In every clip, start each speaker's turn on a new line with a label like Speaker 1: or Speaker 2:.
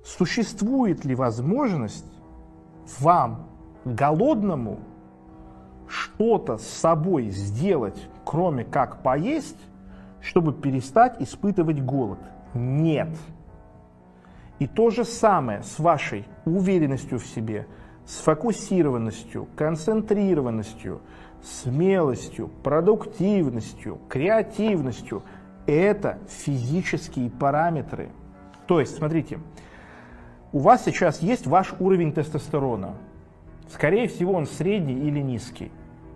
Speaker 1: Существует ли возможность вам, голодному, что-то с собой сделать, кроме как поесть, чтобы перестать испытывать голод? Нет. И то же самое с вашей уверенностью в себе, сфокусированностью, концентрированностью, смелостью, продуктивностью, креативностью. Это физические параметры. То есть, смотрите, у вас сейчас есть ваш уровень тестостерона. Скорее всего, он средний или низкий.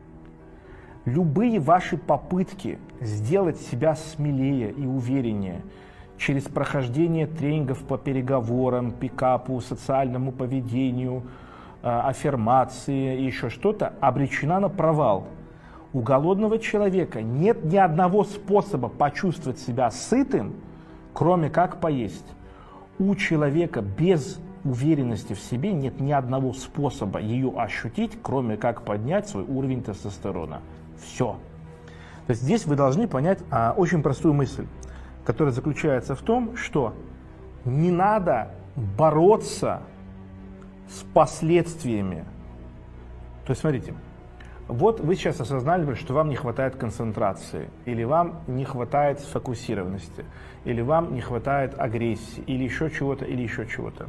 Speaker 1: Любые ваши попытки сделать себя смелее и увереннее через прохождение тренингов по переговорам, пикапу, социальному поведению, аффирмации и еще что-то, обречена на провал. У голодного человека нет ни одного способа почувствовать себя сытым, кроме как поесть. У человека без уверенности в себе нет ни одного способа ее ощутить, кроме как поднять свой уровень тестостерона. Все. То есть здесь вы должны понять очень простую мысль, которая заключается в том, что не надо бороться с последствиями. То есть смотрите, вот вы сейчас осознали, что вам не хватает концентрации, или вам не хватает сфокусированности, или вам не хватает агрессии, или еще чего-то, или еще чего-то.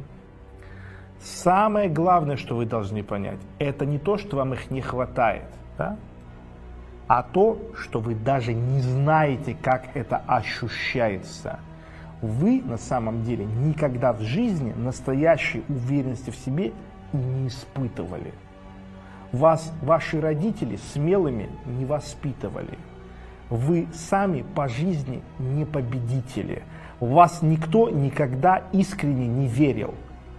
Speaker 1: Самое главное, что вы должны понять, это не то, что вам их не хватает, да? А то, что вы даже не знаете, как это ощущается. Вы на самом деле никогда в жизни настоящей уверенности в себе не испытывали. Вас ваши родители смелыми не воспитывали. Вы сами по жизни не победители. В вас никто никогда искренне не верил.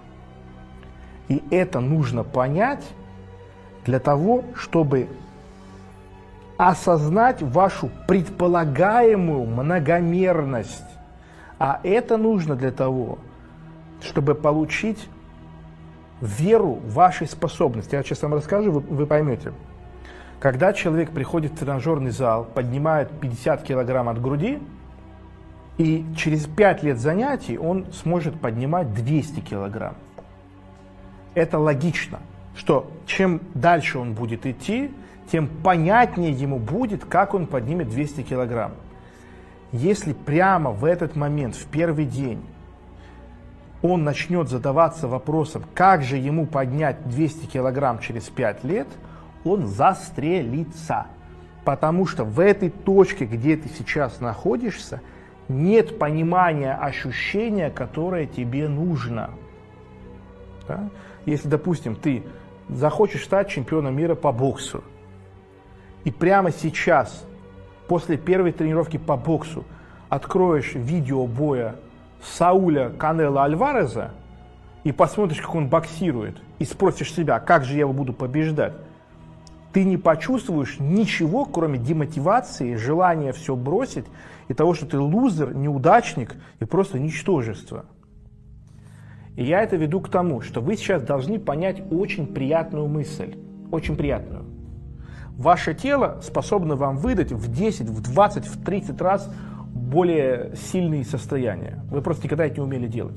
Speaker 1: И это нужно понять для того, чтобы осознать вашу предполагаемую многомерность. А это нужно для того, чтобы получить веру в ваши способности. Я сейчас вам расскажу, вы поймете. Когда человек приходит в тренажерный зал, поднимает 50 килограмм от груди, и через 5 лет занятий он сможет поднимать 200 килограмм. Это логично, что чем дальше он будет идти, тем понятнее ему будет, как он поднимет 200 килограмм. Если прямо в этот момент, в первый день, он начнет задаваться вопросом, как же ему поднять 200 килограмм через 5 лет, он застрелится. Потому что в этой точке, где ты сейчас находишься, нет понимания ощущения, которое тебе нужно. Да? Если, допустим, ты захочешь стать чемпионом мира по боксу, и прямо сейчас, после первой тренировки по боксу, откроешь видео боя Сауля Канело Альвареза и посмотришь, как он боксирует, и спросишь себя, как же я его буду побеждать, ты не почувствуешь ничего, кроме демотивации, желания все бросить и того, что ты лузер, неудачник и просто ничтожество. И я это веду к тому, что вы сейчас должны понять очень приятную мысль, очень приятную. Ваше тело способно вам выдать в 10, в 20, в 30 раз более сильные состояния. Вы просто никогда это не умели делать.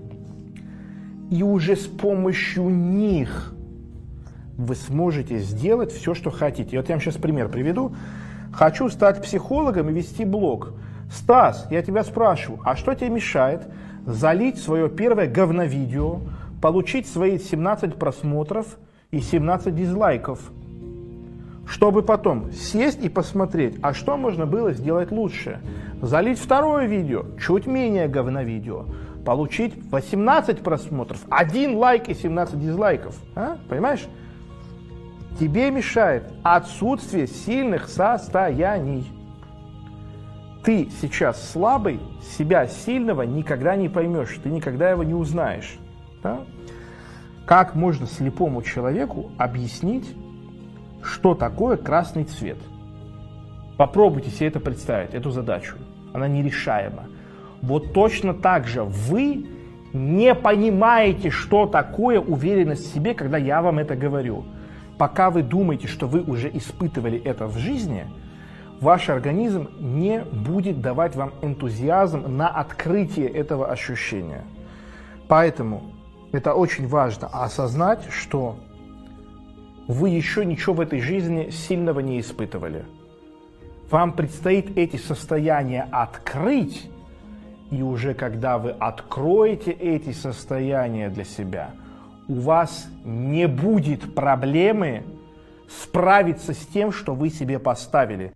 Speaker 1: И уже с помощью них вы сможете сделать все, что хотите. И вот я вам сейчас пример приведу. Хочу стать психологом и вести блог. Стас, я тебя спрашиваю, а что тебе мешает залить свое первое говновидео, получить свои 17 просмотров и 17 дизлайков, чтобы потом сесть и посмотреть, а что можно было сделать лучше? Залить второе видео, чуть менее говновидео, получить 18 просмотров, 1 лайк и 17 дизлайков. Понимаешь? Тебе мешает отсутствие сильных состояний. Ты сейчас слабый, себя сильного никогда не поймешь, ты никогда его не узнаешь. Да? Как можно слепому человеку объяснить, что такое красный цвет? Попробуйте себе это представить, эту задачу. Она нерешаема. Вот точно так же вы не понимаете, что такое уверенность в себе, когда я вам это говорю. Пока вы думаете, что вы уже испытывали это в жизни, ваш организм не будет давать вам энтузиазм на открытие этого ощущения. Поэтому это очень важно осознать, что вы еще ничего в этой жизни сильного не испытывали. Вам предстоит эти состояния открыть, и уже когда вы откроете эти состояния для себя, у вас не будет проблемы справиться с тем, что вы себе поставили.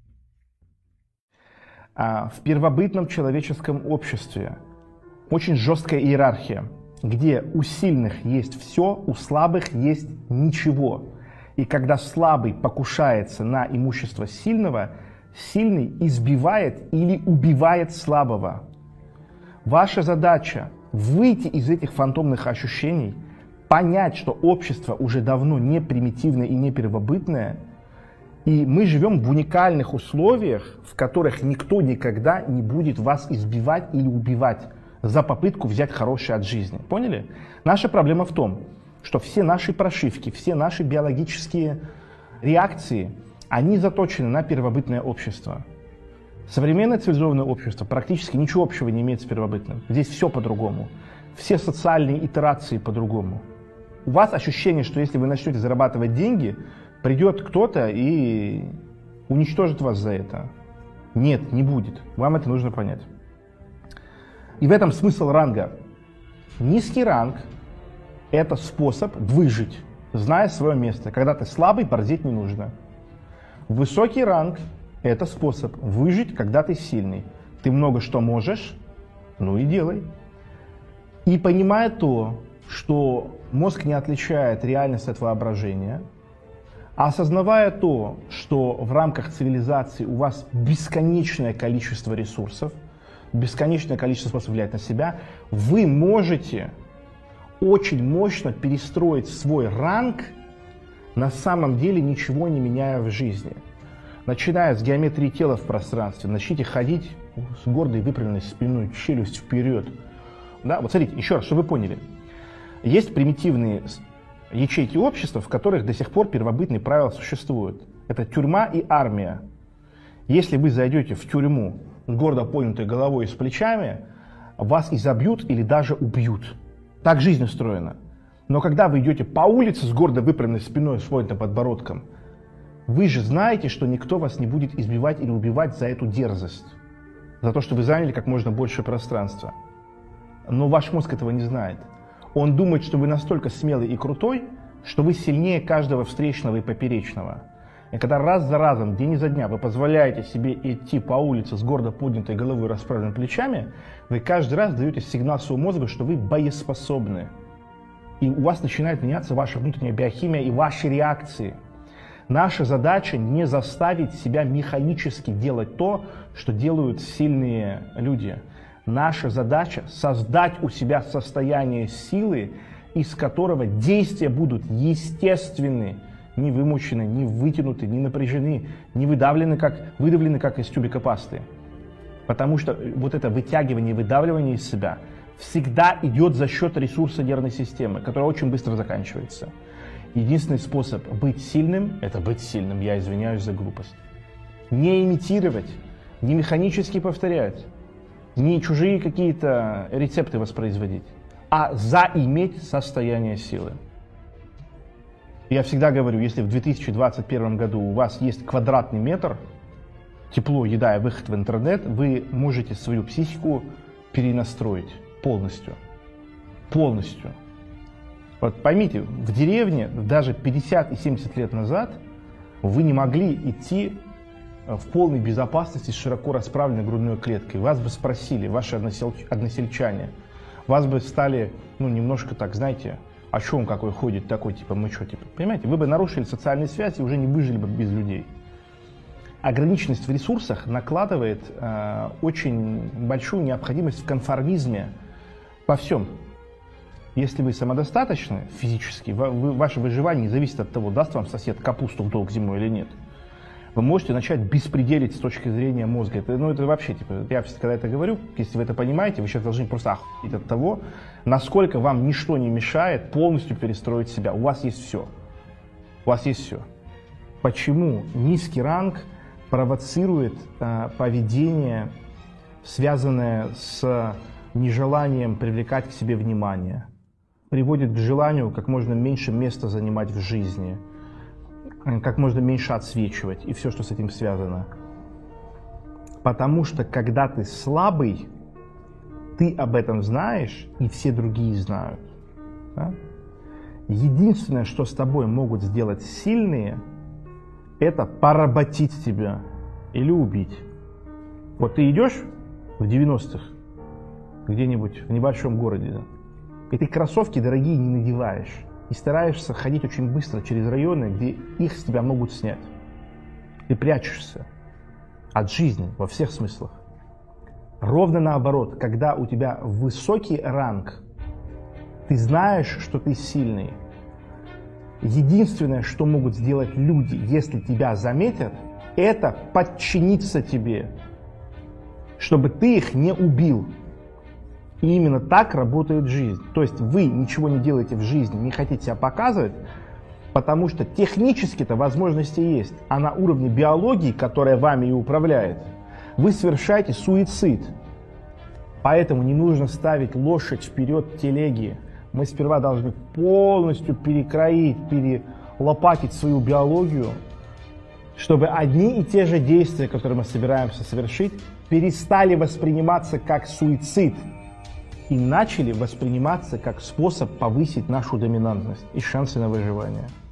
Speaker 1: В первобытном человеческом обществе очень жесткая иерархия, где у сильных есть все, у слабых есть ничего. И когда слабый покушается на имущество сильного, сильный избивает или убивает слабого. Ваша задача выйти из этих фантомных ощущений, понять, что общество уже давно не примитивное и не первобытное, и мы живем в уникальных условиях, в которых никто никогда не будет вас избивать или убивать за попытку взять хорошее от жизни. Поняли? Наша проблема в том, что все наши прошивки, все наши биологические реакции, они заточены на первобытное общество. Современное цивилизованное общество практически ничего общего не имеет с первобытным. Здесь все по-другому. Все социальные итерации по-другому. У вас ощущение, что если вы начнете зарабатывать деньги, придет кто-то и уничтожит вас за это. Нет, не будет. Вам это нужно понять. И в этом смысл ранга. Низкий ранг – это способ выжить, зная свое место. Когда ты слабый, борзеть не нужно. Высокий ранг – это способ выжить, когда ты сильный. Ты много что можешь, ну и делай. И понимая то, что мозг не отличает реальность от воображения, осознавая то, что в рамках цивилизации у вас бесконечное количество ресурсов, бесконечное количество способов влиять на себя, вы можете очень мощно перестроить свой ранг, на самом деле ничего не меняя в жизни. Начиная с геометрии тела в пространстве, начните ходить с гордой выпрямленной спиной, челюсть вперед. Да? Вот смотрите, еще раз, чтобы вы поняли. Есть примитивные ячейки общества, в которых до сих пор первобытные правила существуют. Это тюрьма и армия. Если вы зайдете в тюрьму с гордо поднятой головой и с плечами, вас изобьют или даже убьют. Так жизнь устроена. Но когда вы идете по улице с гордо выпрямленной спиной, с поднятым подбородком, вы же знаете, что никто вас не будет избивать или убивать за эту дерзость. За то, что вы заняли как можно больше пространства. Но ваш мозг этого не знает. Он думает, что вы настолько смелый и крутой, что вы сильнее каждого встречного и поперечного. И когда раз за разом, день изо дня вы позволяете себе идти по улице с гордо поднятой головой и расправленными плечами, вы каждый раз даете сигнал своему мозгу, что вы боеспособны. И у вас начинает меняться ваша внутренняя биохимия и ваши реакции. Наша задача не заставить себя механически делать то, что делают сильные люди. Наша задача создать у себя состояние силы, из которого действия будут естественны, не вымучены, не вытянуты, не напряжены, не выдавлены, как из тюбика пасты. Потому что вот это вытягивание, выдавливание из себя всегда идет за счет ресурса нервной системы, которая очень быстро заканчивается. Единственный способ быть сильным – это быть сильным, я извиняюсь за глупость. Не имитировать, не механически повторять, не чужие какие-то рецепты воспроизводить, а заиметь состояние силы. Я всегда говорю, если в 2021 году у вас есть квадратный метр, тепло, еда и выход в интернет, вы можете свою психику перенастроить полностью. Полностью. Вот поймите, в деревне даже 50 и 70 лет назад вы не могли идти в полной безопасности с широко расправленной грудной клеткой. Вас бы спросили, ваши односельчане, вас бы стали, немножко так, знаете, о чем какой ходит, такой, типа, мы что, типа, понимаете, вы бы нарушили социальные связи и уже не выжили бы без людей. Ограниченность в ресурсах накладывает очень большую необходимость в конформизме во всем. Если вы самодостаточны физически, ваше выживание не зависит от того, даст вам сосед капусту в долг зимой или нет. Вы можете начать беспределить с точки зрения мозга. Это вообще, я когда это говорю, если вы это понимаете, вы сейчас должны просто охуеть от того, насколько вам ничто не мешает полностью перестроить себя. У вас есть все. У вас есть все. Почему низкий ранг провоцирует поведение, связанное с нежеланием привлекать к себе внимание, приводит к желанию как можно меньше места занимать в жизни, как можно меньше отсвечивать и все, что с этим связано. Потому что когда ты слабый, ты об этом знаешь, и все другие знают. Да? Единственное, что с тобой могут сделать сильные, это поработить тебя или убить. Вот ты идешь в 90-х где-нибудь в небольшом городе, да, и ты кроссовки дорогие не надеваешь, и стараешься ходить очень быстро через районы, где их с тебя могут снять. Ты прячешься от жизни во всех смыслах. Ровно наоборот, когда у тебя высокий ранг, ты знаешь, что ты сильный. Единственное, что могут сделать люди, если тебя заметят, это подчиниться тебе, чтобы ты их не убил. И именно так работает жизнь. То есть вы ничего не делаете в жизни, не хотите себя показывать, потому что технически-то возможности есть, а на уровне биологии, которая вами и управляет, вы совершаете суицид. Поэтому не нужно ставить лошадь вперед телеги. Мы сперва должны полностью перекроить, перелопатить свою биологию, чтобы одни и те же действия, которые мы собираемся совершить, перестали восприниматься как суицид и начали восприниматься как способ повысить нашу доминантность и шансы на выживание.